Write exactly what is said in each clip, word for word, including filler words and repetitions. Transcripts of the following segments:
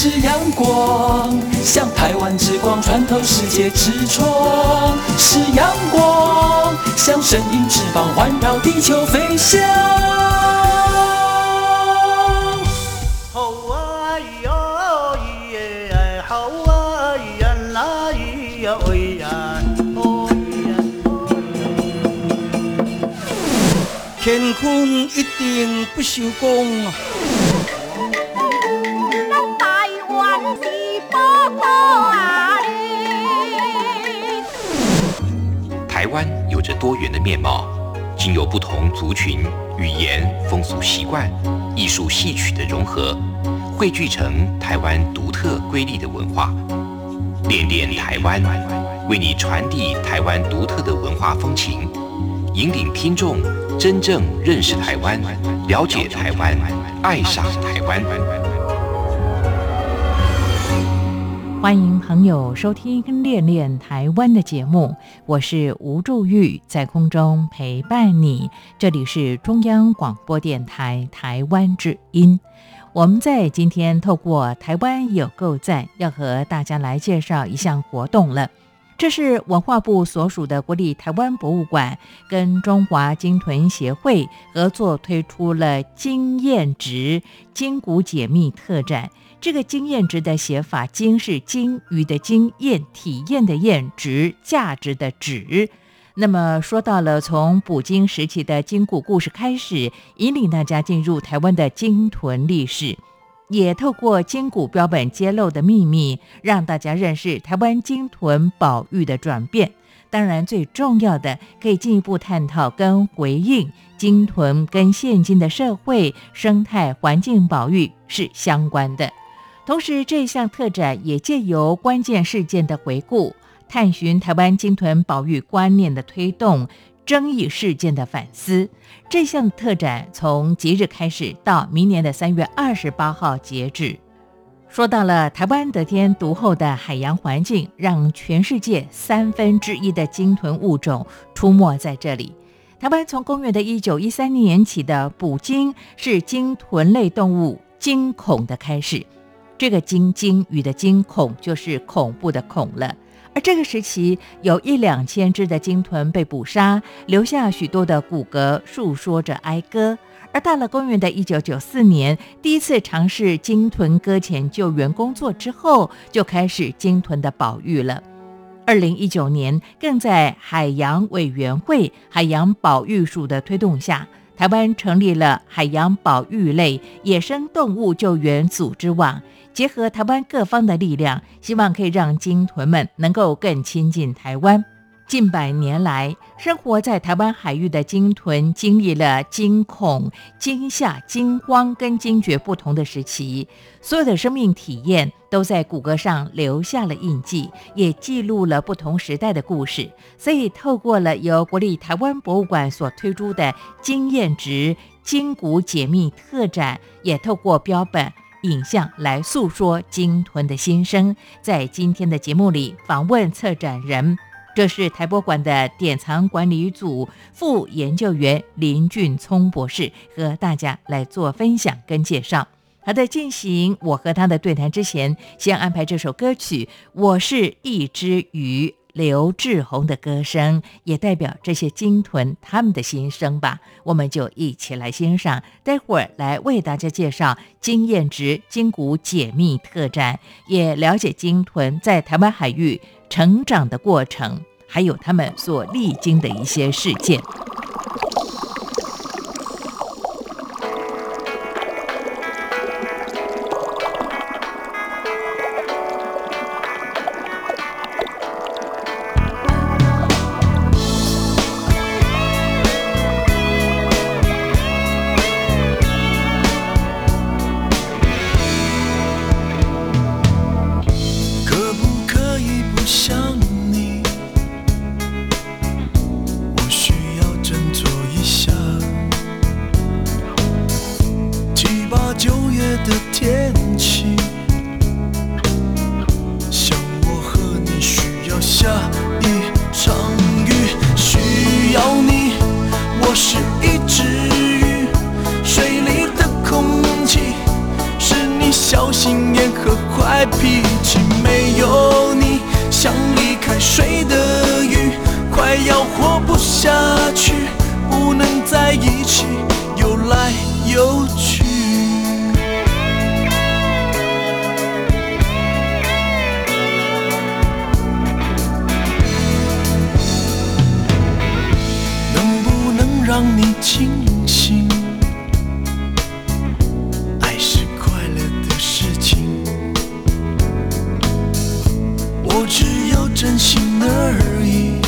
是阳光，像台湾之光穿透世界之窗，是阳光，像神鹰翅膀环绕地球飞翔。 乾坤一定不朽功啊！ 台湾是宝岛啊！ 台湾有着多元的面貌，经由不同族群、语言、风俗习惯、艺术戏曲的融合，汇聚成台湾独特瑰丽的文化。恋恋台湾，为你传递台湾独特的文化风情，引领听众真正认识台湾，了解台湾，爱上台湾。 欢迎朋友收听《恋恋台湾》的节目，我是吴祝玉，在空中陪伴你。这里是中央广播电台台湾之音。我们在今天透过台湾有够赞，要和大家来介绍一项活动了。这是文化部所属的国立台湾博物馆跟中华鲸豚协会合作推出了经验值鲸骨解密特展。这个经验值的写法，鲸是鲸鱼的鲸，验体验的验，值价值的值。那么说到了从捕鲸时期的鲸骨故事开始，引领大家进入台湾的鲸豚历史，也透过鲸骨标本揭露的秘密，让大家认识台湾鲸豚保育的转变。当然最重要的，可以进一步探讨跟回应鲸豚跟现今的社会生态环境保育是相关的。同时这项特展也借由关键事件的回顾，探寻台湾鲸豚保育观念的推动，争议事件的反思。这项特展从即日开始到明年的三月二十八号截止。说到了台湾得天独厚的海洋环境，让全世界三分之一的鲸豚物种出没在这里。台湾从公元的一九一三年起的捕鲸，是鲸豚类动物鲸恐的开始。这个鲸鲸鱼的鲸恐就是恐怖的恐了。而这个时期有一两千只的鲸豚被捕杀，留下许多的骨骼，述说着哀歌。而到了公元的一九九四年，第一次尝试鲸豚搁浅救援工作之后，就开始鲸豚的保育了。二零一九年，更在海洋委员会海洋保育署的推动下，台湾成立了海洋保育类野生动物救援组织网，结合台湾各方的力量，希望可以让鲸豚们能够更亲近台湾。近百年来，生活在台湾海域的鲸豚经历了惊恐、惊吓、惊慌跟惊觉不同的时期，所有的生命体验都在骨骼上留下了印记，也记录了不同时代的故事。所以透过了由国立台湾博物馆所推出的经验值鲸骨解密特展，也透过标本影像来诉说鲸豚的心声。在今天的节目里访问策展人，这是台博馆的典藏管理组副研究员林俊聪博士，和大家来做分享跟介绍。好的，进行我和他的对谈之前，先安排这首歌曲《我是一只鱼》，刘志宏的歌声，也代表这些鲸豚他们的心声吧。我们就一起来欣赏，待会儿来为大家介绍经验值鲸骨解密特展，也了解鲸豚在台湾海域成长的过程，还有他们所历经的一些事件。 小心眼和怀坏脾气，没有你像离开水的鱼，快要活不下去，不能在一起游来游去。能不能让你清醒？爱是快乐的事情，我只有真心而已。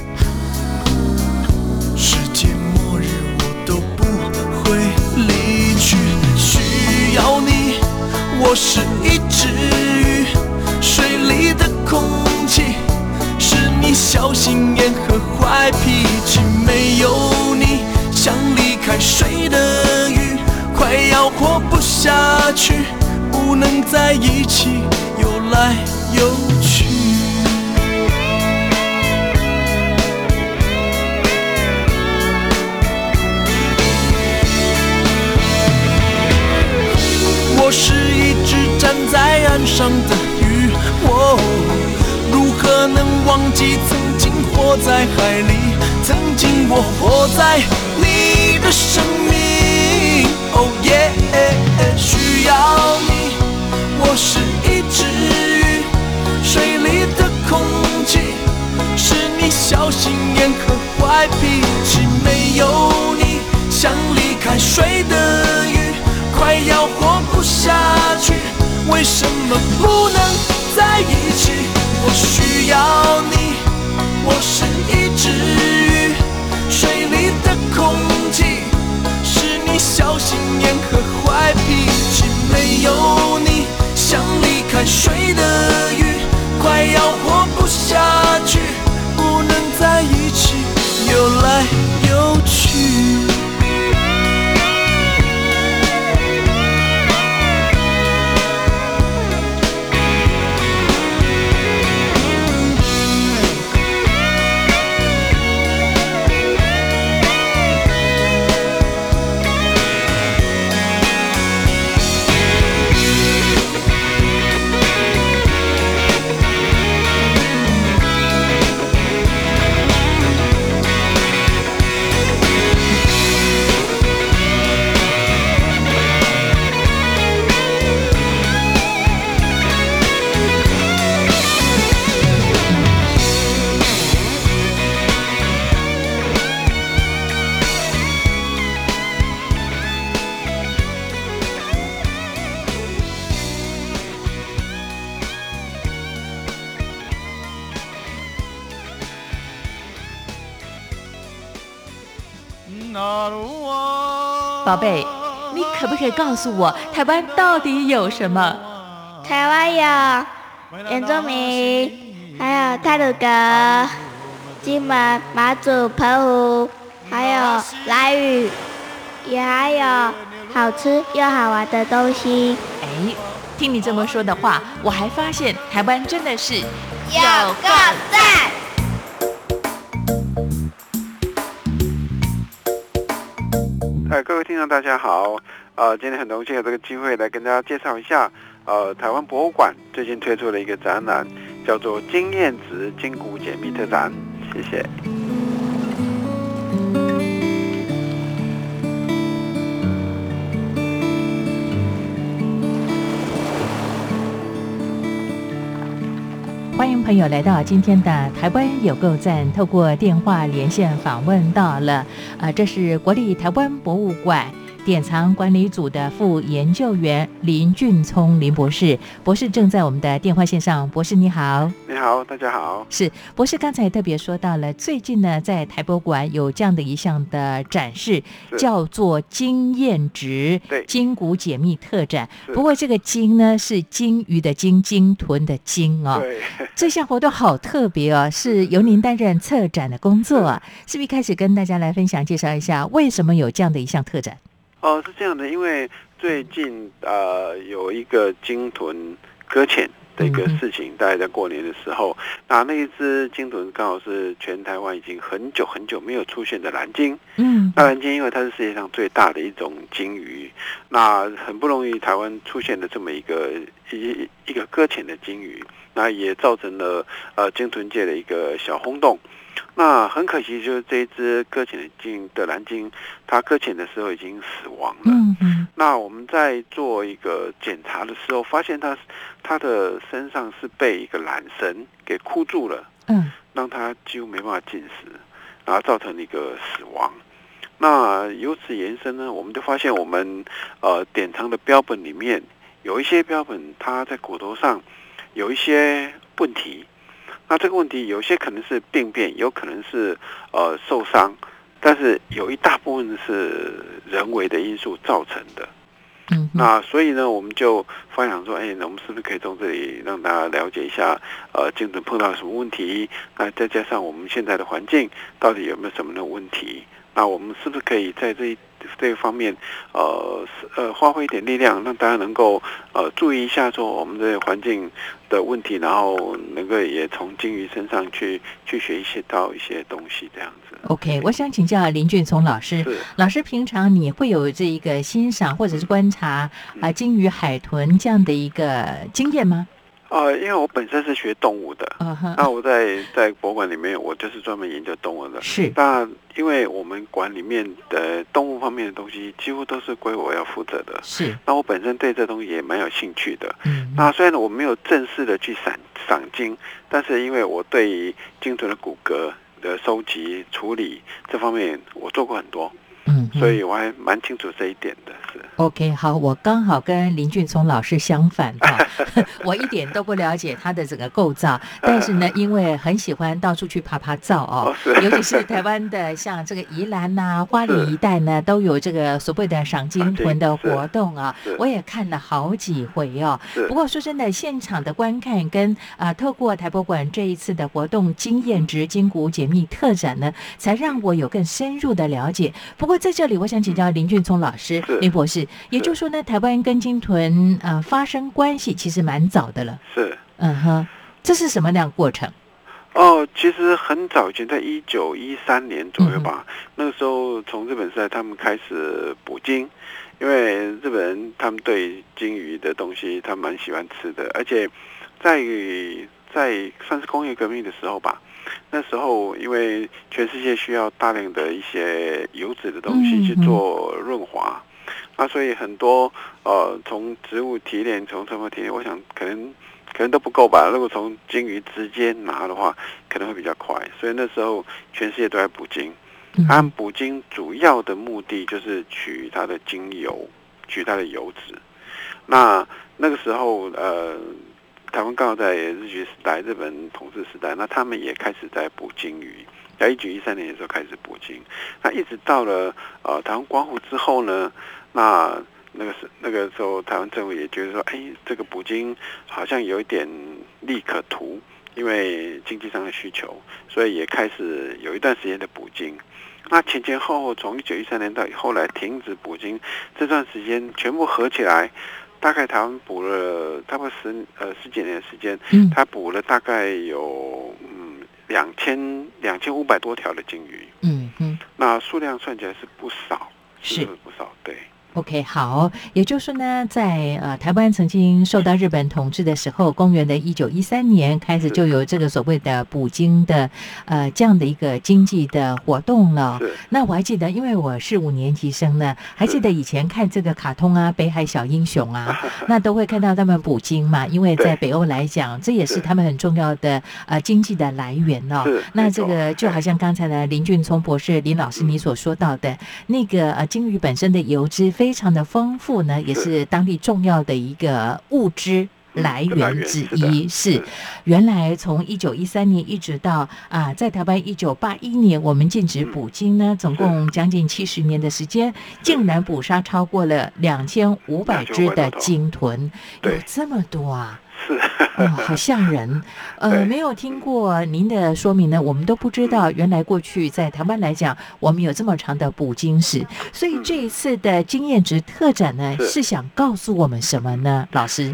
世界末日我都不会离去，需要你，我是一只鱼，水里的空气是你小心眼和坏脾气，没有你像离开水的鱼，快要活不下去，不能在一起游来游去。我是一只站在岸上的鱼，哦，如何能忘记曾经活在海里，曾经我活在你的生命。哦耶，需要你，我是一只鱼，水里的空气是你小心眼和坏脾气，没有你像离开水的鱼，快要活不下去，为什么不能在一起？我需要你，我是一只鱼，水里的空气是你小心眼和坏脾气，没有你像离开水的鱼，快要活不下去，不能在一起游来游去。 宝贝，你可不可以告诉我，台湾到底有什么？ 台湾有原住民，还有太鲁阁、金门、马祖、澎湖，还有兰屿，也还有好吃又好玩的东西。 哎，听你这么说的话，我还发现台湾真的是有够赞！ 呃，各位听众大家好，呃，今天很荣幸有这个机会来跟大家介绍一下，呃，台湾博物馆最近推出了一个展览，叫做金燕子筋骨解密特展，谢谢。 欢迎朋友来到今天的台湾有够赞，透过电话连线访问到了，呃，这是国立台湾博物馆典藏管理组的副研究员林俊聪林博士，博士正在我们的电话线上。博士你好。 你好，大家好。 是博士刚才特别说到了，最近呢在台博馆有这样的一项的展示，叫做金燕植筋骨解密特展。不过这个筋呢是金鱼的金，鲸豚的鲸哦。 对， 这项活动好特别哦，是由您担任策展的工作啊，是不是一开始跟大家来分享介绍一下为什么有这样的一项特展？ 哦，是这样的，因为最近呃有一个鲸豚搁浅的一个事情，大概在过年的时候，那那一只鲸豚刚好是全台湾已经很久很久没有出现的蓝鲸。嗯，那蓝鲸因为它是世界上最大的一种鲸鱼，那很不容易台湾出现了这么一个一一个搁浅的鲸鱼，那也造成了呃鲸豚界的一个小轰动。那很可惜，就是这一只搁浅的鲸的蓝鲸，它搁浅的时候已经死亡了。嗯嗯。那我们在做一个检查的时候，发现它它的身上是被一个缆绳给箍住了，嗯，让它几乎没办法进食，然后造成一个死亡。那由此延伸呢，我们就发现我们呃典藏的标本里面有一些标本，它在骨头上有一些问题。那这个问题有些可能是病变，有可能是呃受伤，但是有一大部分是人为的因素造成的。嗯，那所以呢，我们就发想说，哎，那我们是不是可以从这里让大家了解一下，呃，鲸豚碰到什么问题？那再加上我们现在的环境到底有没有什么的问题？那我们是不是可以在这一这一方面，呃呃，发挥一点力量，让大家能够呃注意一下说我们的环境的问题，然后能够也从鲸鱼身上去去学一些到一些东西这样子。 OK， 我想请教林俊聪老师，老师平常你会有这一个欣赏或者是观察啊、呃、鲸鱼、海豚这样的一个经验吗？ 呃，因为我本身是学动物的， uh-huh. 那我在在博物馆里面，我就是专门研究动物的。是，那因为我们馆里面的动物方面的东西，几乎都是归我要负责的。是，那我本身对这东西也蛮有兴趣的。嗯，那虽然我没有正式的去赏赏鲸，但是因为我对于鲸豚的骨骼的收集、处理这方面，我做过很多。嗯，所以我还蛮清楚这一点的。是 OK， 好，我刚好跟林俊聪老师相反哈，我一点都不了解它的整个构造，但是呢，因为很喜欢到处去爬爬照哦，尤其是台湾的像这个宜兰呐、花莲一带呢，都有这个所谓的赏鲸豚的活动啊，我也看了好几回哦。不过说真的，现场的观看跟啊、呃，透过台博馆这一次的活动经验值鲸骨解密特展呢，才让我有更深入的了解。不过在这里，我想请教林俊聪老师、林博士，也就是说呢，台湾跟鲸豚呃发生关系其实蛮早的了。 是， 嗯哼，这是什么样的过程？ 哦，其实很早以前，在一九一三年左右吧，嗯、那个时候从日本时代他们开始捕鲸，因为日本人他们对鲸鱼的东西他蛮喜欢吃的，而且在在算是工业革命的时候吧。那时候，因为全世界需要大量的一些油脂的东西去做润滑，嗯、那所以很多呃，从植物提炼，从什么提炼，我想可能可能都不够吧。如果从鲸鱼直接拿的话，可能会比较快。所以那时候全世界都在捕鲸，他们捕鲸主要的目的就是取它的鲸油，取它的油脂。那那个时候，呃。台湾刚好在日据时代、日本统治时代，那他们也开始在捕鲸鱼，在一九一三年的时候开始捕鲸，那一直到了呃台湾光复之后呢，那那个时那个时候台湾政府也觉得说，哎，这个捕鲸好像有一点利可图，因为经济上的需求，所以也开始有一段时间的捕鲸。那前前后后从一九一三年到后来停止捕鲸这段时间，全部合起来。大概台湾捕了差不多十呃十几年的时间，嗯，他捕了大概有嗯两千两千五百多条的鲸鱼，嗯嗯，那数量算起来是不少，是不少，对。 OK， 好，也就是说呢，在呃台湾曾经受到日本统治的时候，公元的一九一三年开始就有这个所谓的捕鲸的呃这样的一个经济的活动了。那我还记得，因为我是五年级生呢，还记得以前看这个卡通啊，《北海小英雄》啊，那都会看到他们捕鲸嘛，因为在北欧来讲，这也是他们很重要的呃经济的来源哦。那这个就好像刚才的林俊聪博士、林老师你所说到的那个呃鲸鱼本身的油脂非常的丰富呢，也是当地重要的一个物资来源之一。是原来从一九一三年一直到啊，在台湾一九八一年我们禁止捕鲸呢，总共将近七十年的时间，竟然捕杀超过了两千五百只的鲸豚，有这么多啊！ 是， 哦，好吓人。呃，没有听过您的说明呢，我们都不知道，原来过去在台湾来讲，我们有这么长的捕鲸史。所以这一次的经验值特展呢，是想告诉我们什么呢，老师？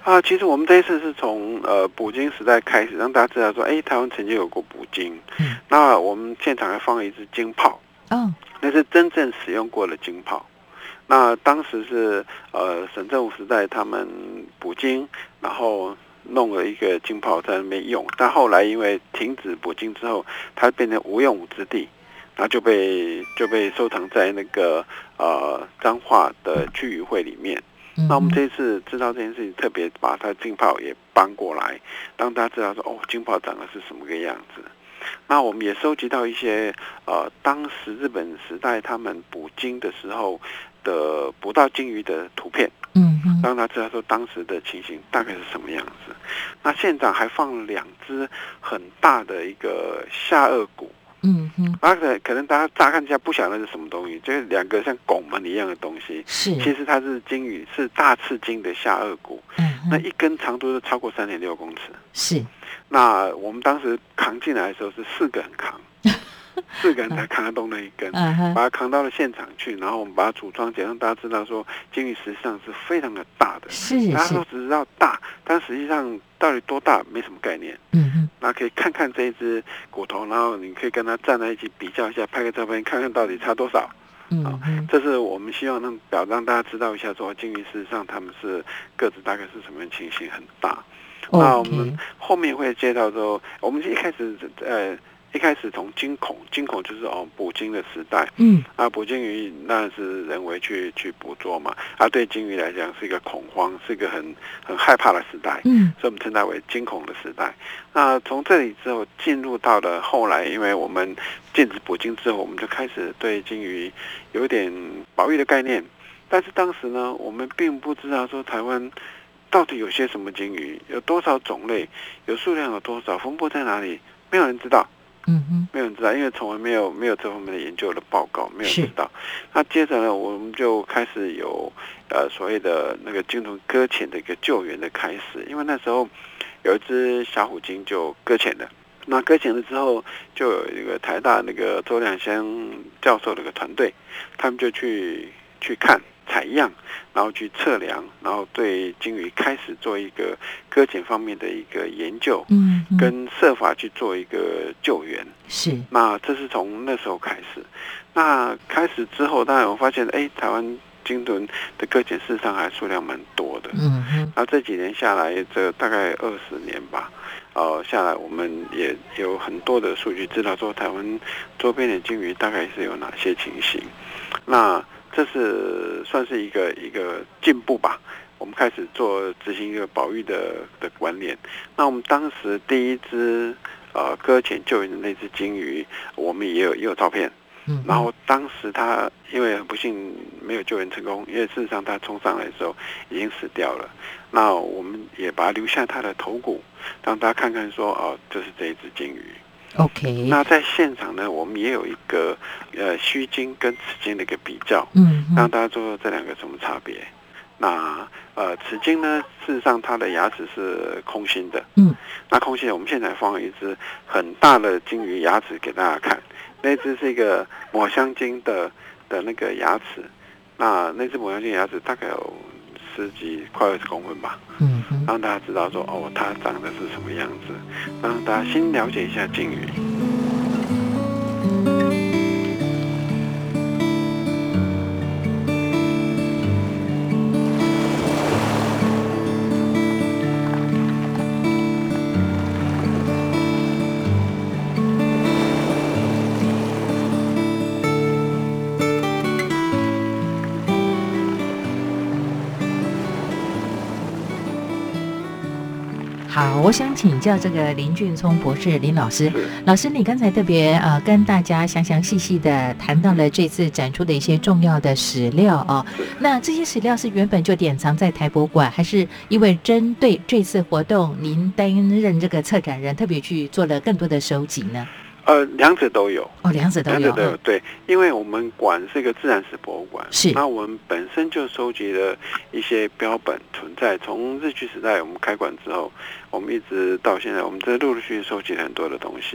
啊，其实我们这一次是从呃捕鲸时代开始，让大家知道说，哎，台湾曾经有过捕鲸。嗯，那我们现场还放了一支鲸炮，哦，那是真正使用过的鲸炮。那当时是呃省政府时代他们捕鲸，然后弄了一个鲸炮在那边用，但后来因为停止捕鲸之后，它变成无用武之地，然后就被就被收藏在那个呃彰化的区渔会里面。那我们这一次知道这件事情，特别把它鲸炮也搬过来，让大家知道说，哦，鲸炮长得是什么个样子。那我们也收集到一些呃，当时日本时代他们捕鲸的时候的捕到鲸鱼的图片，嗯，让大家知道说当时的情形大概是什么样子。那现场还放了两只很大的一个下颚骨。嗯哼，啊，可可能大家乍看一下不晓得是什么东西，就是两个像拱门一样的东西。是，其实它是鲸鱼，是大翅鲸的下颚骨。嗯，那一根长度就超过三点六公尺。是，那我们当时扛进来的时候是四个人扛，四个人才扛得动那一根，把它扛到了现场去，然后我们把它组装起来，让大家知道说鲸鱼实际上是非常的大的。是，大家都只知道大，但实际上到底多大没什么概念。嗯嗯，那可以看看这一只骨头，然后你可以跟它站在一起比较一下，拍个照片看看到底差多少。嗯、哦，这是我们希望让表让大家知道一下，说鲸鱼事实上他们是个子大概是什么样情形，很大。Okay. 那我们后面会介绍说，我们一开始呃。一开始从鲸孔，鲸孔就是哦捕鲸的时代，嗯，啊捕鲸鱼那是人为去去捕捉嘛，啊对鲸鱼来讲是一个恐慌，是一个很很害怕的时代，嗯，所以我们称它为鲸孔的时代。那从这里之后进入到了后来，因为我们禁止捕鲸之后，我们就开始对鲸鱼有一点保育的概念，但是当时呢，我们并不知道说台湾到底有些什么鲸鱼，有多少种类，有数量有多少，分布在哪里，没有人知道。嗯哼，没有人知道，因为从来没有没有这方面的研究的报告，没有人知道。那接着呢，我们就开始有呃所谓的那个鲸豚搁浅的一个救援的开始，因为那时候有一只小虎鲸就搁浅了。那搁浅了之后，就有一个台大那个周亮香教授的一个团队，他们就去去看。采样，然后去测量，然后对鲸鱼开始做一个搁浅方面的一个研究，嗯，跟设法去做一个救援。是，那这是从那时候开始。那开始之后，当然我发现，哎，台湾鲸豚的搁浅事实上还数量蛮多的。嗯哼。那这几年下来，这大概二十年吧，呃，下来我们也有很多的数据知道说，台湾周边的鲸鱼大概是有哪些情形。那这是算是一个一个进步吧，我们开始做执行一个保育的的观念。那我们当时第一只呃搁浅救援的那只鲸鱼，我们也有也有照片。嗯，然后当时它因为很不幸没有救援成功，因为事实上它冲上来的时候已经死掉了。那我们也把它留下它的头骨，让大家看看说，哦，这是这一只鲸鱼。OK， 那在现场呢，我们也有一个呃须鲸跟齿鲸的一个比较，嗯，让大家做这两个什么差别。那呃齿鲸呢，事实上它的牙齿是空心的，嗯，那空心的我们现在放了一只很大的鲸鱼牙齿给大家看，那只是一个抹香鲸的的那个牙齿，那那只抹香鲸牙齿大概有十几快二十公分吧，嗯，让大家知道说哦，它长得是什么样子，让大家先了解一下鲸鱼。 好，我想请教这个林俊聪博士林老师。老师，你刚才特别呃跟大家详详细细的谈到了这次展出的一些重要的史料哦。那这些史料是原本就典藏在台博馆，还是因为针对这次活动，您担任这个策展人，特别去做了更多的收集呢？ 呃，两者都有哦，两者都有， 两者都有。对，因为我们馆是一个自然史博物馆， 是。 那我们本身就收集了一些标本存在，从日据时代我们开馆之后，我们一直到现在，我们这陆陆续续收集了很多的东西。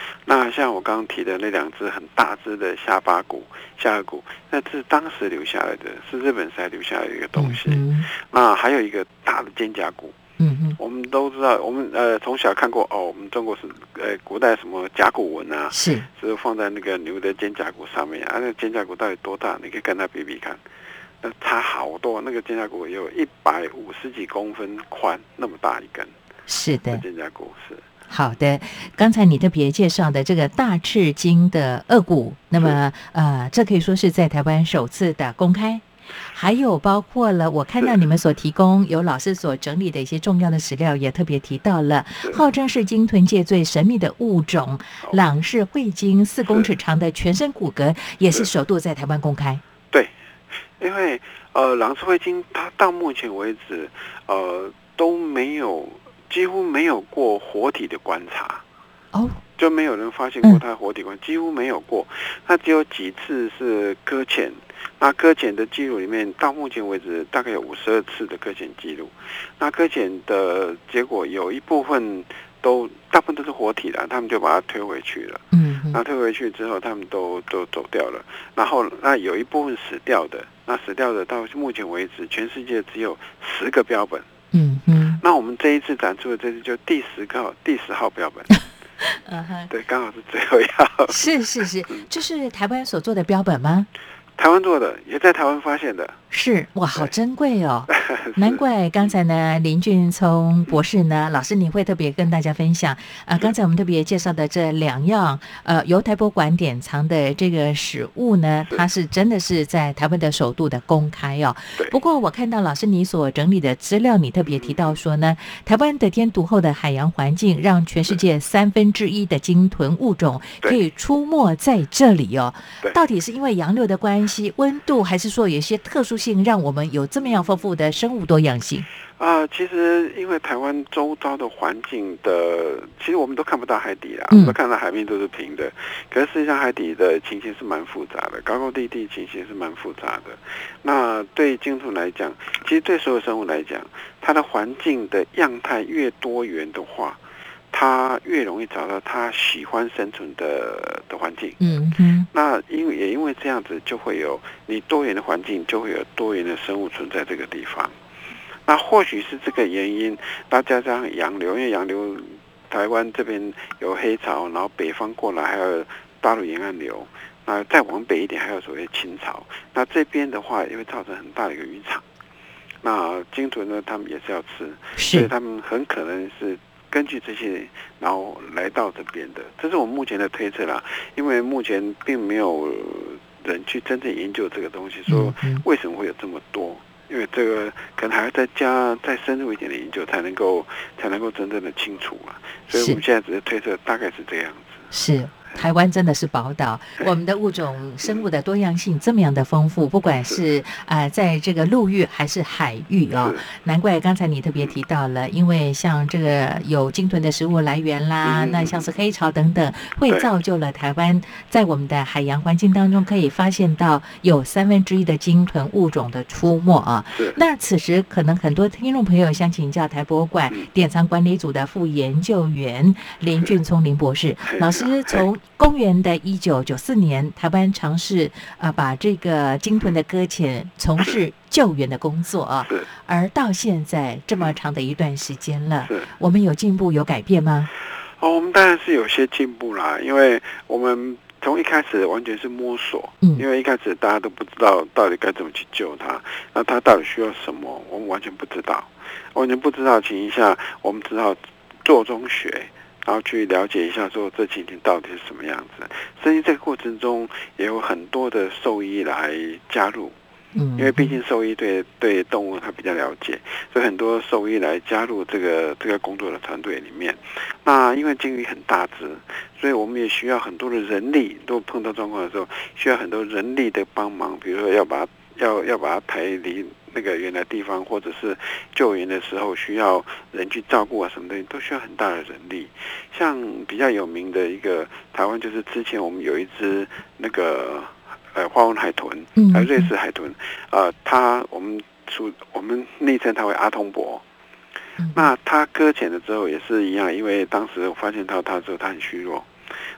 那像我刚刚提的那两只很大只的下巴骨、下颌骨，那是当时留下来的，是日本才留下来的一个东西。 嗯、 那还有一个大的肩胛骨。 嗯嗯， 我们都知道，我们呃从小看过哦，我们中国是呃古代什么甲骨文啊， 是， 是放在那个牛的肩胛骨上面啊，那个肩胛骨到底多大？你可以跟它比比看，那差好多，那个肩胛骨有一百五十几公分宽，那么大一根。 是的， 肩胛骨是。 好的，刚才你特别介绍的这个大翅鲸的颚骨，那么呃，这可以说是在台湾首次的公开。还有包括了我看到你们所提供有老师所整理的一些重要的史料，也特别提到了号称是鲸豚界最神秘的物种朗氏喙鲸，四公尺长的全身骨骼，也是首度在台湾公开。 对，因为呃朗氏喙鲸它到目前为止呃都没有几乎没有过活体的观察哦， 就没有人发现过它活体观察、嗯、几乎没有过，它只有几次是搁浅。那搁浅的记录里面，到目前为止大概有五十二次的搁浅记录。那搁浅的结果有一部分都，大部分都是活体的，他们就把它推回去了。 嗯，那推回去之后，他们都都走掉了。然后那有一部分死掉的，那死掉的到目前为止，全世界只有十个标本。 嗯嗯。 那我们这一次展出的这次就第十个第十号标本。 嗯哼， 对，刚好是最后一号。 是是是，这是台湾所做的标本吗？ 台湾做的，也在台湾发现的。 是哇，好珍贵哦！难怪刚才呢，林俊聪博士呢，老师你会特别跟大家分享呃，刚才我们特别介绍的这两样呃，由台博馆典藏的这个史物呢，它是真的是在台湾的首度的公开哦。不过我看到老师你所整理的资料，你特别提到说呢，台湾得天独厚的海洋环境，让全世界三分之一的鲸豚物种可以出没在这里哦。到底是因为洋流的关系、温度，还是说有一些特殊性，让我们有这么样丰富的生物多样性？ 啊、呃，其实因为台湾周遭的环境的，其实我们都看不到海底啦，我们都看到海面都是平的，可是实际上海底的情形是蛮复杂的，高高低低情形是蛮复杂的。那对鲸豚来讲，其实对所有生物来讲，它的环境的样态越多元的话，它越容易找到它喜欢生存的的环境。 嗯哼。 那因为也因为这样子，就会有你多元的环境，就会有多元的生物存在这个地方。那或许是这个原因，大家加上洋流，因为洋流台湾这边有黑潮，然后北方过来还有大陆沿岸流，那再往北一点还有所谓清潮。那这边的话也会造成很大的一个渔场。那鲸豚呢，他们也是要吃，所以他们很可能是根据这些，然后来到这边的，这是我们目前的推测啦。因为目前并没有人去真正研究这个东西，说为什么会有这么多。因为这个可能还要再加再深入一点的研究，才能够才能够真正的清楚啊。所以我们现在只是推测，大概是这样子。 是。台湾真的是宝岛，我们的物种生物的多样性这么样的丰富，不管是呃在这个陆域还是海域啊、哦，难怪刚才你特别提到了，因为像这个有鲸豚的食物来源啦，嗯、那像是黑潮等等，会造就了台湾在我们的海洋环境当中可以发现到有三分之一的鲸豚物种的出没啊。那此时可能很多听众朋友想请教台博物馆典藏管理组的副研究员林俊聪林博士老师，从公元的一九九四年，台湾尝试啊、呃、把这个鲸豚的搁浅从事救援的工作啊，而到现在这么长的一段时间了，我们有进步有改变吗？ 哦，我们当然是有些进步啦，因为我们从一开始完全是摸索， 嗯， 因为一开始大家都不知道到底该怎么去救它，那它到底需要什么，我们完全不知道，完全不知道的情况下，我们只好做中学。然后去了解一下说这情形到底是什么样子，甚至这个过程中也有很多的兽医来加入， 嗯， 因为毕竟兽医对对动物他比较了解，所以很多兽医来加入这个这个工作的团队里面。那因为鲸鱼很大只，所以我们也需要很多的人力，都碰到状况的时候需要很多人力的帮忙，比如说要把它要要把它抬离那个原来地方，或者是救援的时候需要人去照顾啊，什么东西都需要很大的人力。像比较有名的一个台湾，就是之前我们有一只那个呃花纹海豚，还有瑞士海豚，呃，它我们属我们昵称它为阿通伯。那它搁浅了之后也是一样，因为当时我发现到它之后，它很虚弱。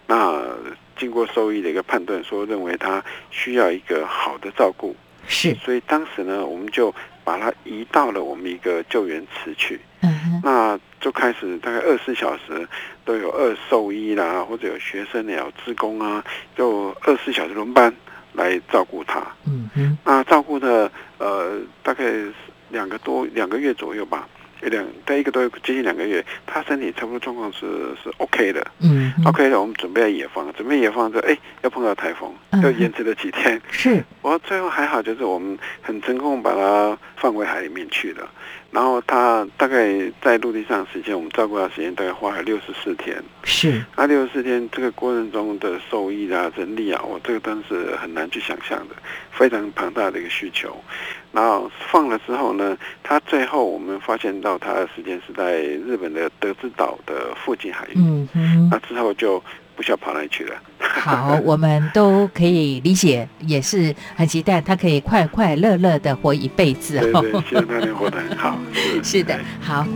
那经过兽医的一个判断，说认为它需要一个好的照顾， 是， 所以当时呢，我们就把它移到了我们一个救援池去。 嗯， 那就开始大概二十四小时都有二兽医啦，或者有学生也有志工啊，就二十四小时轮班来照顾它。 嗯哼， 那照顾的呃大概两个多两个月左右吧。两在一个多月接近两个月，他身体差不多状况是是 OK 的， 嗯 ，OK 的。我们准备野放，准备野放之后，哎，要碰到台风，又延迟了几天。 是， 我最后还好，就是我们很成功把它放回海里面去了。然后他大概在陆地上的时间，我们照顾他时间大概花了六十四天。 是， 那六十四天这个过程中的兽医啊、人力啊，我这个当时很难去想象的，非常庞大的一个需求。然后放了之后呢，他最后我们发现到他的时间是在日本的德之岛的附近海域。 嗯哼， 那之后就不晓得跑哪里去了。 好，我们都可以理解，也是很期待他可以快快乐乐的活一辈子。 对对，希望他能活得很好。 是, 是的，好。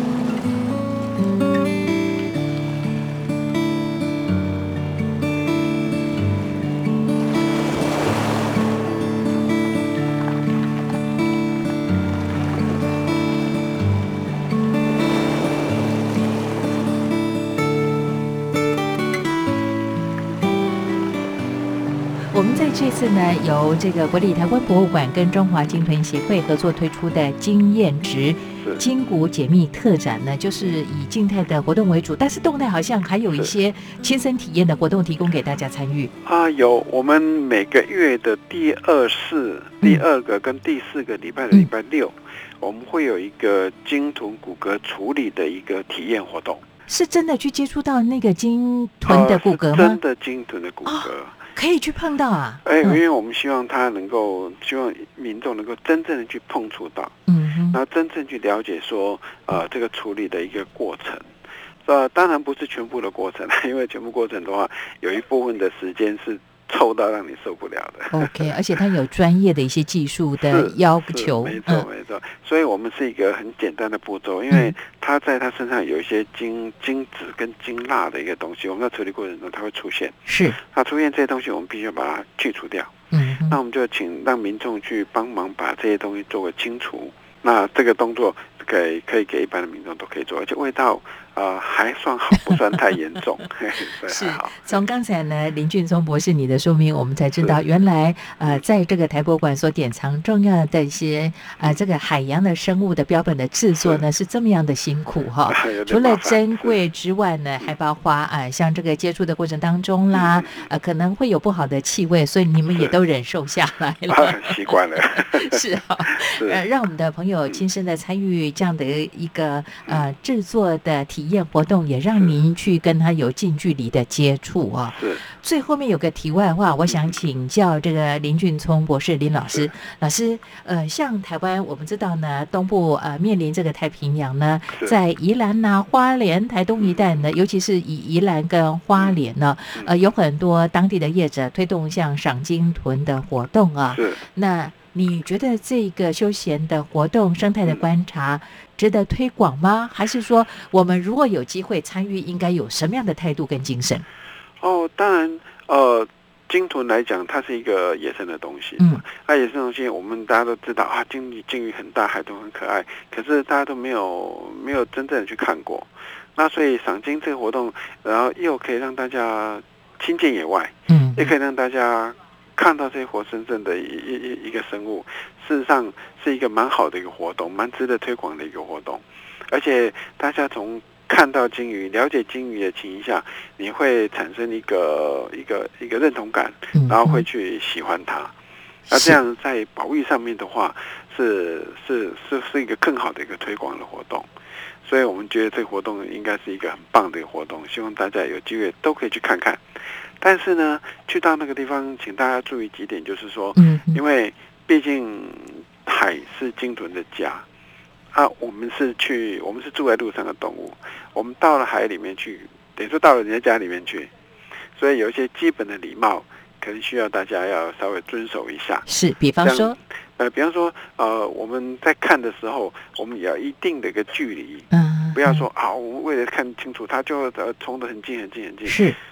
我们在这次呢，由这个国立台湾博物馆跟中华鲸豚协会合作推出的经验值筋骨解密特展呢，就是以静态的活动为主，但是动态好像还有一些亲身体验的活动提供给大家参与啊。有，我们每个月的第二四、第二个跟第四个礼拜的礼拜六，嗯、我们会有一个鲸豚骨骼处理的一个体验活动。 是真的去接触到那个鲸豚的骨骼吗？ 呃、真的鲸豚的骨骼。哦， 可以去碰到啊！ 哎，因为我们希望他能够，希望民众能够真正的去碰触到， 嗯， 然后真正去了解说，呃，这个处理的一个过程。呃，当然不是全部的过程，因为全部过程的话，有一部分的时间是臭到让你受不了的。 OK， 而且它有专业的一些技术的要求， 没错没错。所以我们是一个很简单的步骤，因为它在它身上有一些精精子跟精蜡的一个东西，我们在处理过程中它会出现， 是它出现这些东西，我们必须要把它去除掉。 嗯， 那我们就请让民众去帮忙把这些东西做个清除。那这个动作给可以给一般的民众都可以做，而且味道呃还算好，不算太严重。 是，从刚才呢林俊聪博士你的说明，我们才知道原来呃在这个台博馆所典藏重要的一些呃这个海洋的生物的标本的制作呢 是, 是这么样的辛苦哈。除了珍贵之外呢，还包括呃像这个接触的过程当中啦，呃可能会有不好的气味，所以你们也都忍受下来了， 习惯了。 是哈，呃让我们的朋友亲身的参与这样的一个呃制作的体验活动，也让您去跟他有近距离的接触啊。 是。 最后面有个题外话，我想请教这个林俊聪博士林老师。老师，呃，像台湾我们知道呢，东部呃面临这个太平洋呢，在宜兰呐、啊、花莲、台东一带呢，尤其是以宜兰跟花莲呢，呃，有很多当地的业者推动像赏鲸豚的活动啊。 是。 那你觉得这个休闲的活动、生态的观察值得推广吗？还是说我们如果有机会参与，应该有什么样的态度跟精神？ 哦，当然，呃，鲸豚来讲，它是一个野生的东西。 嗯， 那野生的东西，我们大家都知道啊，鲸鱼鲸鱼很大，海豚很可爱，可是大家都没有没有真正的去看过。那所以赏鲸这个活动，然后又可以让大家亲近野外， 嗯， 也可以让大家看到这些活生生的一一一个生物，事实上是一个蛮好的一个活动，蛮值得推广的一个活动。而且大家从看到鲸鱼、了解鲸鱼的情形下，你会产生一个一个一个认同感，然后会去喜欢它。那这样在保育上面的话，是是是是一个更好的一个推广的活动。所以我们觉得这个活动应该是一个很棒的一个活动，希望大家有机会都可以去看看。但是呢，去到那个地方，请大家注意几点，就是说，因为毕竟海是鲸豚的家。啊，我们是去，我们是住在路上的动物，我们到了海里面去，等于说到了人家家里面去，所以有一些基本的礼貌，可能需要大家要稍微遵守一下。 是，比方说， 呃，比方说，呃，我们在看的时候，我们也要一定的一个距离， 嗯， 不要说啊，我们为了看清楚，它就呃冲得很近很近很近， 是，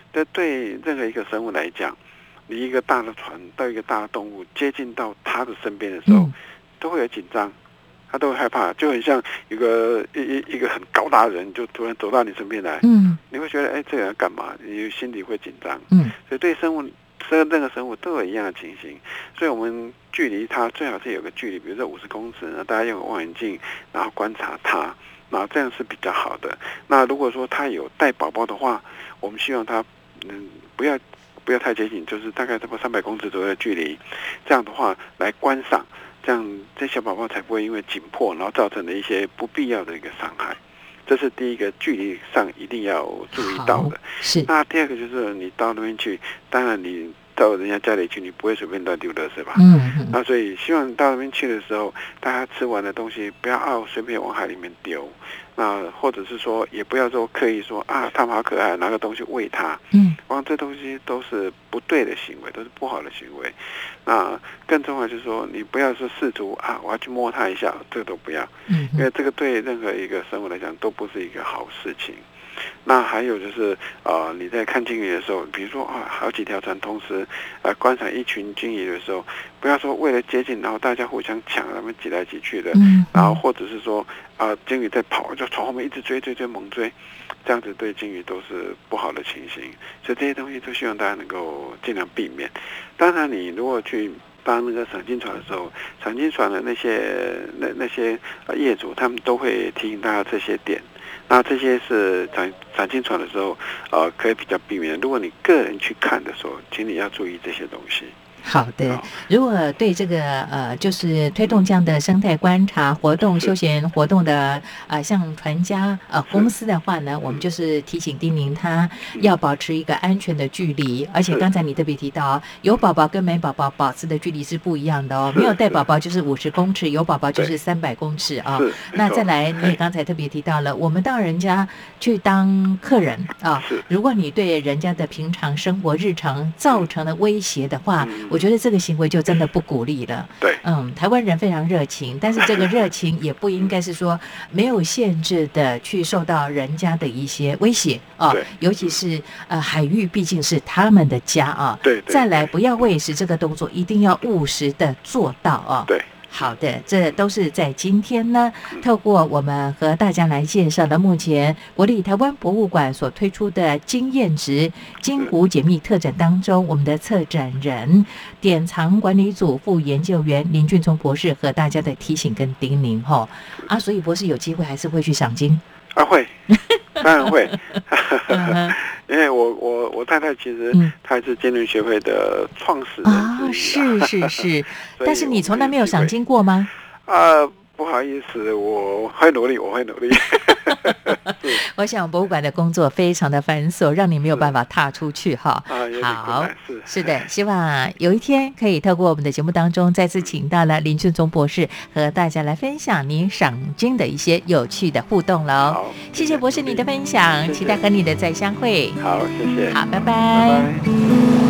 这对任何一个生物来讲，你一个大的船到一个大的动物接近到它的身边的时候，嗯、都会有紧张，他都会害怕，就很像一个一一一个很高大的人就突然走到你身边来，嗯，你会觉得哎，这个人干嘛？你心里会紧张，嗯，所以对生物。任何生物都有一样的情形，所以我们距离它最好是有个距离，比如说五十公尺呢，大家用望远镜然后观察它，然后这样是比较好的。那如果说它有带宝宝的话，我们希望它嗯不要不要太接近，就是大概差不多三百公尺左右的距离，这样的话来观赏，这样这小宝宝才不会因为紧迫然后造成了一些不必要的一个伤害。这是第一个距离上一定要注意到的。 是。 那第二个就是你到那边去，当然你到人家家里去，你不会随便乱丢垃圾吧？嗯嗯。那所以希望到那边去的时候，大家吃完的东西不要啊随便往海里面丢。那或者是说，也不要说刻意说啊，他们好可爱，拿个东西喂它。嗯。往这东西都是不对的行为，都是不好的行为。那更重要就是说，你不要说试图啊，我要去摸它一下，这个都不要。嗯。因为这个对任何一个生物来讲都不是一个好事情。那还有就是，呃，你在看鲸鱼的时候，比如说啊，好几条船同时呃观察一群鲸鱼的时候，不要说为了接近，然后大家互相抢，他们挤来挤去的，嗯、然后或者是说啊、呃，鲸鱼在跑，就从后面一直追追追猛追，这样子对鲸鱼都是不好的情形。所以这些东西都希望大家能够尽量避免。当然，你如果去当那个赏鲸船的时候，赏鲸船的那些那那些呃业主，他们都会提醒大家这些点。那这些是赏赏鲸船的时候，呃，可以比较避免。如果你个人去看的时候，请你要注意这些东西。 好的，如果对这个呃，就是推动这样的生态观察活动、休闲活动的呃，像船家呃公司的话呢，我们就是提醒叮咛他要保持一个安全的距离，而且刚才你特别提到，有宝宝跟没宝宝保持的距离是不一样的哦，没有带宝宝就是五十公尺，有宝宝就是三百公尺啊、哦。那再来，你也刚才特别提到了，我们到人家去当客人啊、哦，如果你对人家的平常生活日常造成了威胁的话，我觉得这个行为就真的不鼓励了。 对， 嗯，台湾人非常热情，但是这个热情也不应该是说没有限制的去受到人家的一些威胁啊，尤其是呃海域毕竟是他们的家啊。 对， 再来不要喂食这个动作一定要务实的做到啊。 对。 好的，这都是在今天呢，透过我们和大家来介绍的目前国立台湾博物馆所推出的经验值鲸骨解密特展当中，我们的策展人典藏管理组副研究员林俊聪博士和大家的提醒跟叮咛吼啊，所以博士有机会还是会去赏鲸啊，会，当然会，因为我我我太太其实她也是鲸鱼协会的创始人啊，是是是，但是你从来没有赏鲸过吗？ 啊，不好意思，我会努力，我会努力。 我想博物馆的工作非常的繁琐，让你没有办法踏出去哈。好，是是的，希望有一天可以透过我们的节目当中，再次请到了林俊聪博士和大家来分享您赏鲸的一些有趣的互动喽。好，谢谢博士你的分享，谢谢，期待和你的再相会。 好，谢谢。 好，拜拜。 拜拜。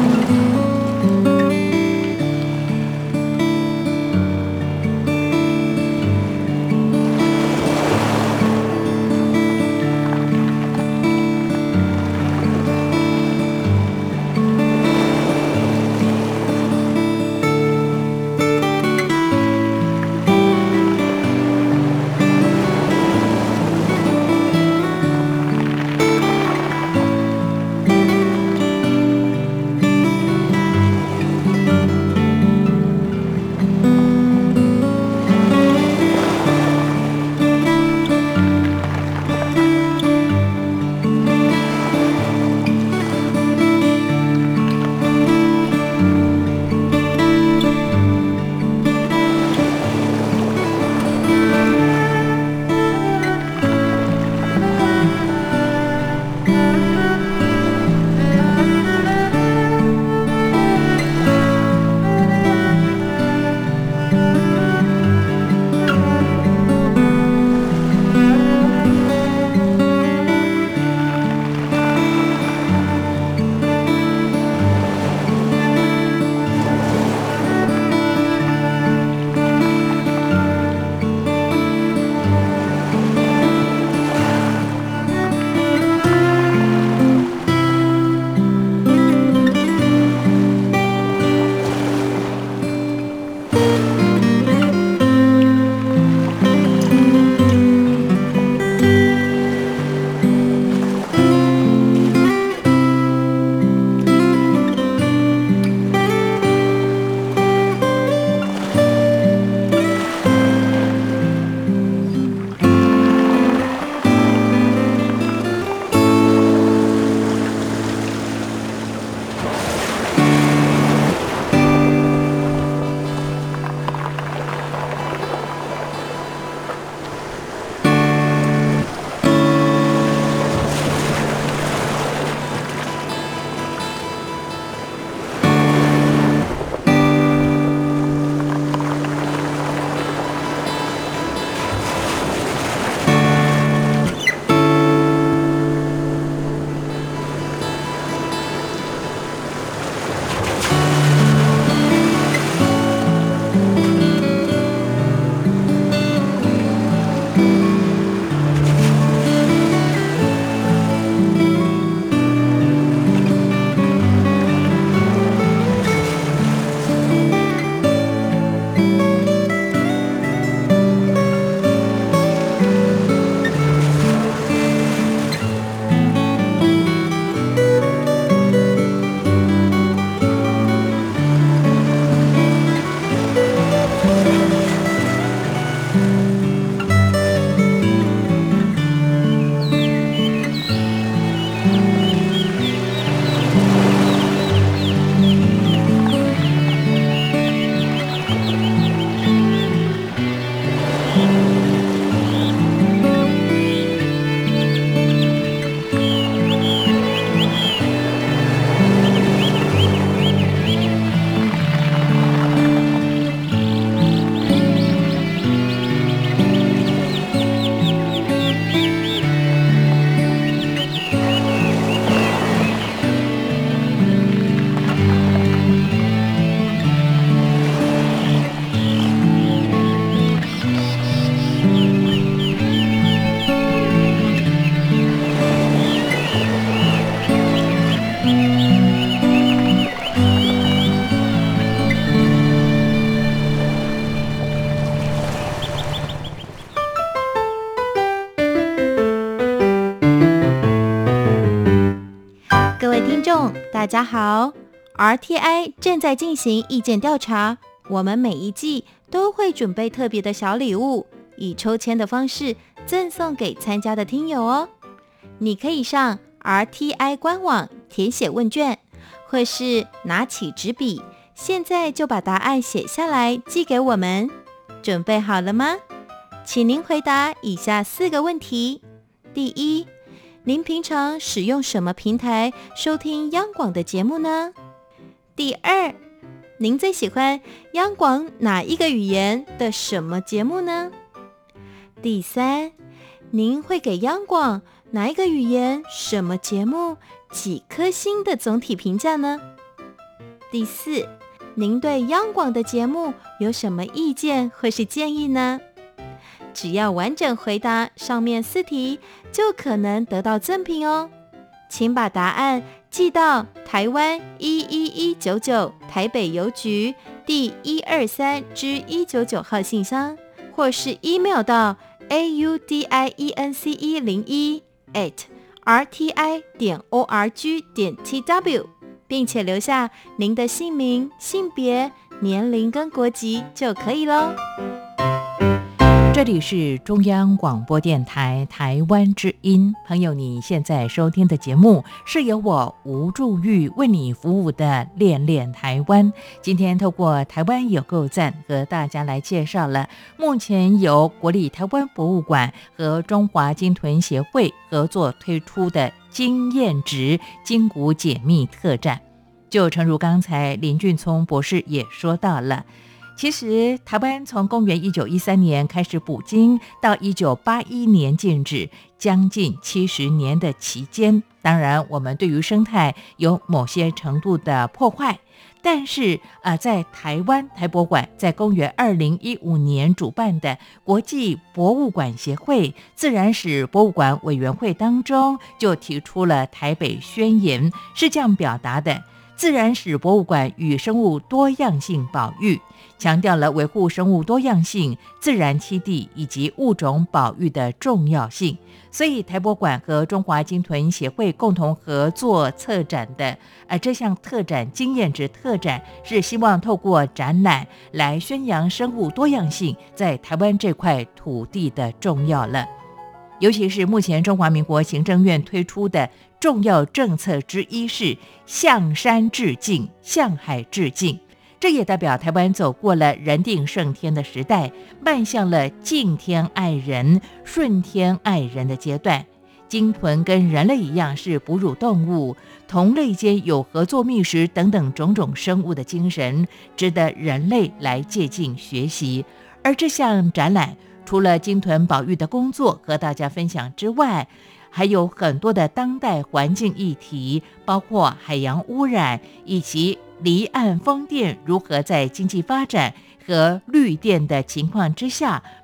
大家好 ，R T I 正在进行意见调查，我们每一季都会准备特别的小礼物，以抽签的方式赠送给参加的听友哦。你可以上 R T I 官网填写问卷，或是拿起纸笔，现在就把答案写下来寄给我们。准备好了吗？请您回答以下四个问题。第一，您平常使用什么平台收听央广的节目呢？第二，您最喜欢央广哪一个语言的什么节目呢？第三，您会给央广哪一个语言什么节目几颗星的总体评价呢？第四，您对央广的节目有什么意见或是建议呢？只要完整回答上面四题，就可能得到赠品哦。请把答案寄到台湾一一一九九台北邮局第一二三之一九九号信箱，或是 email 到 a u d i e n c e 零一 at r t i 点 o r g 点 t w， 并且留下您的姓名、性别、年龄跟国籍就可以咯。 这里是中央广播电台台湾之音，朋友，你现在收听的节目是由我吴祝玉为你服务的恋恋台湾。今天透过台湾有够赞和大家来介绍了目前由国立台湾博物馆和中华鲸豚协会合作推出的经验值筋骨解密特展。就诚如刚才林俊聪博士也说到了，其实台湾从公元一九一三年开始捕鲸，到一九八一年禁止，将近七十年的期间，当然我们对于生态有某些程度的破坏，但是呃，在台湾台博馆在公元二零一五年主办的国际博物馆协会自然史博物馆委员会当中，就提出了台北宣言，是这样表达的：自然史博物馆与生物多样性保育，强调了维护生物多样性、自然栖地以及物种保育的重要性。所以台博馆和中华鲸豚协会共同合作策展的呃这项特展经验值特展，是希望透过展览来宣扬生物多样性在台湾这块土地的重要了。尤其是目前中华民国行政院推出的重要政策之一是向山致敬、向海致敬，这也代表台湾走过了人定胜天的时代，迈向了敬天爱人、顺天爱人的阶段。鲸豚跟人类一样是哺乳动物，同类间有合作觅食等等种种生物的精神，值得人类来借鉴学习。而这项展览除了鲸豚保育的工作和大家分享之外，还有很多的当代环境议题，包括海洋污染以及离岸风电如何在经济发展和绿电的情况之下，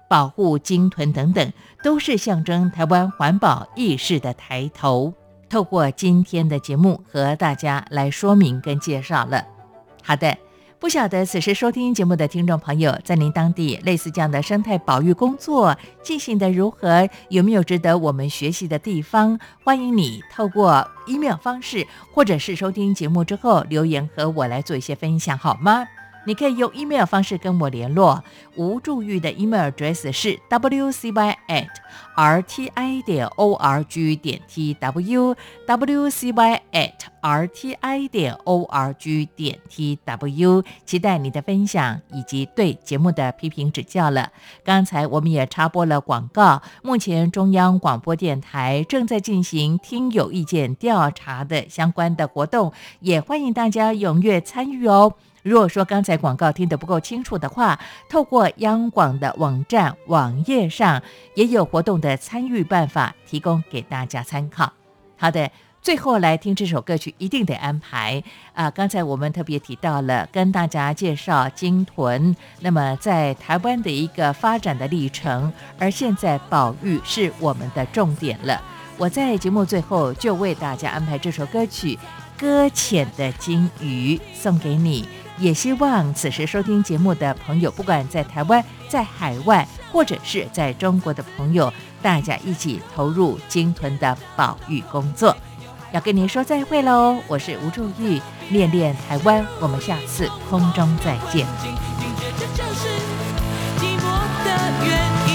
保护鲸豚等等，都是象征台湾环保意识的抬头。透过今天的节目和大家来说明跟介绍了。好的，不晓得此时收听节目的听众朋友，在您当地类似这样的生态保育工作进行得如何？有没有值得我们学习的地方？欢迎你透过 email 方式，或者是收听节目之后留言和我来做一些分享，好吗？你可以用 email 方式跟我联络，吴祝玉的 email address 是 w c y at r t i 点 org 点 t w w c y at r t i 点 org 点 t w， 期待你的分享以及对节目的批评指教了。刚才我们也插播了广告，目前中央广播电台正在进行听友意见调查的相关的活动，也欢迎大家踊跃参与哦。如果说刚才广告听得不够清楚的话，透过央广的网站网页上也有活动的参与办法提供给大家参考。好的，最后来听这首歌曲一定得安排啊！刚才我们特别提到了跟大家介绍鲸豚，那么在台湾的一个发展的历程，而现在保育是我们的重点了。我在节目最后就为大家安排这首歌曲《搁浅的鲸鱼》送给你，也希望此时收听节目的朋友，不管在台湾、在海外，或者是在中国的朋友，大家一起投入鲸豚的保育工作。要跟您说再会喽，我是吴祝玉，恋恋台湾，我们下次空中再见。 这就是寂寞的原因。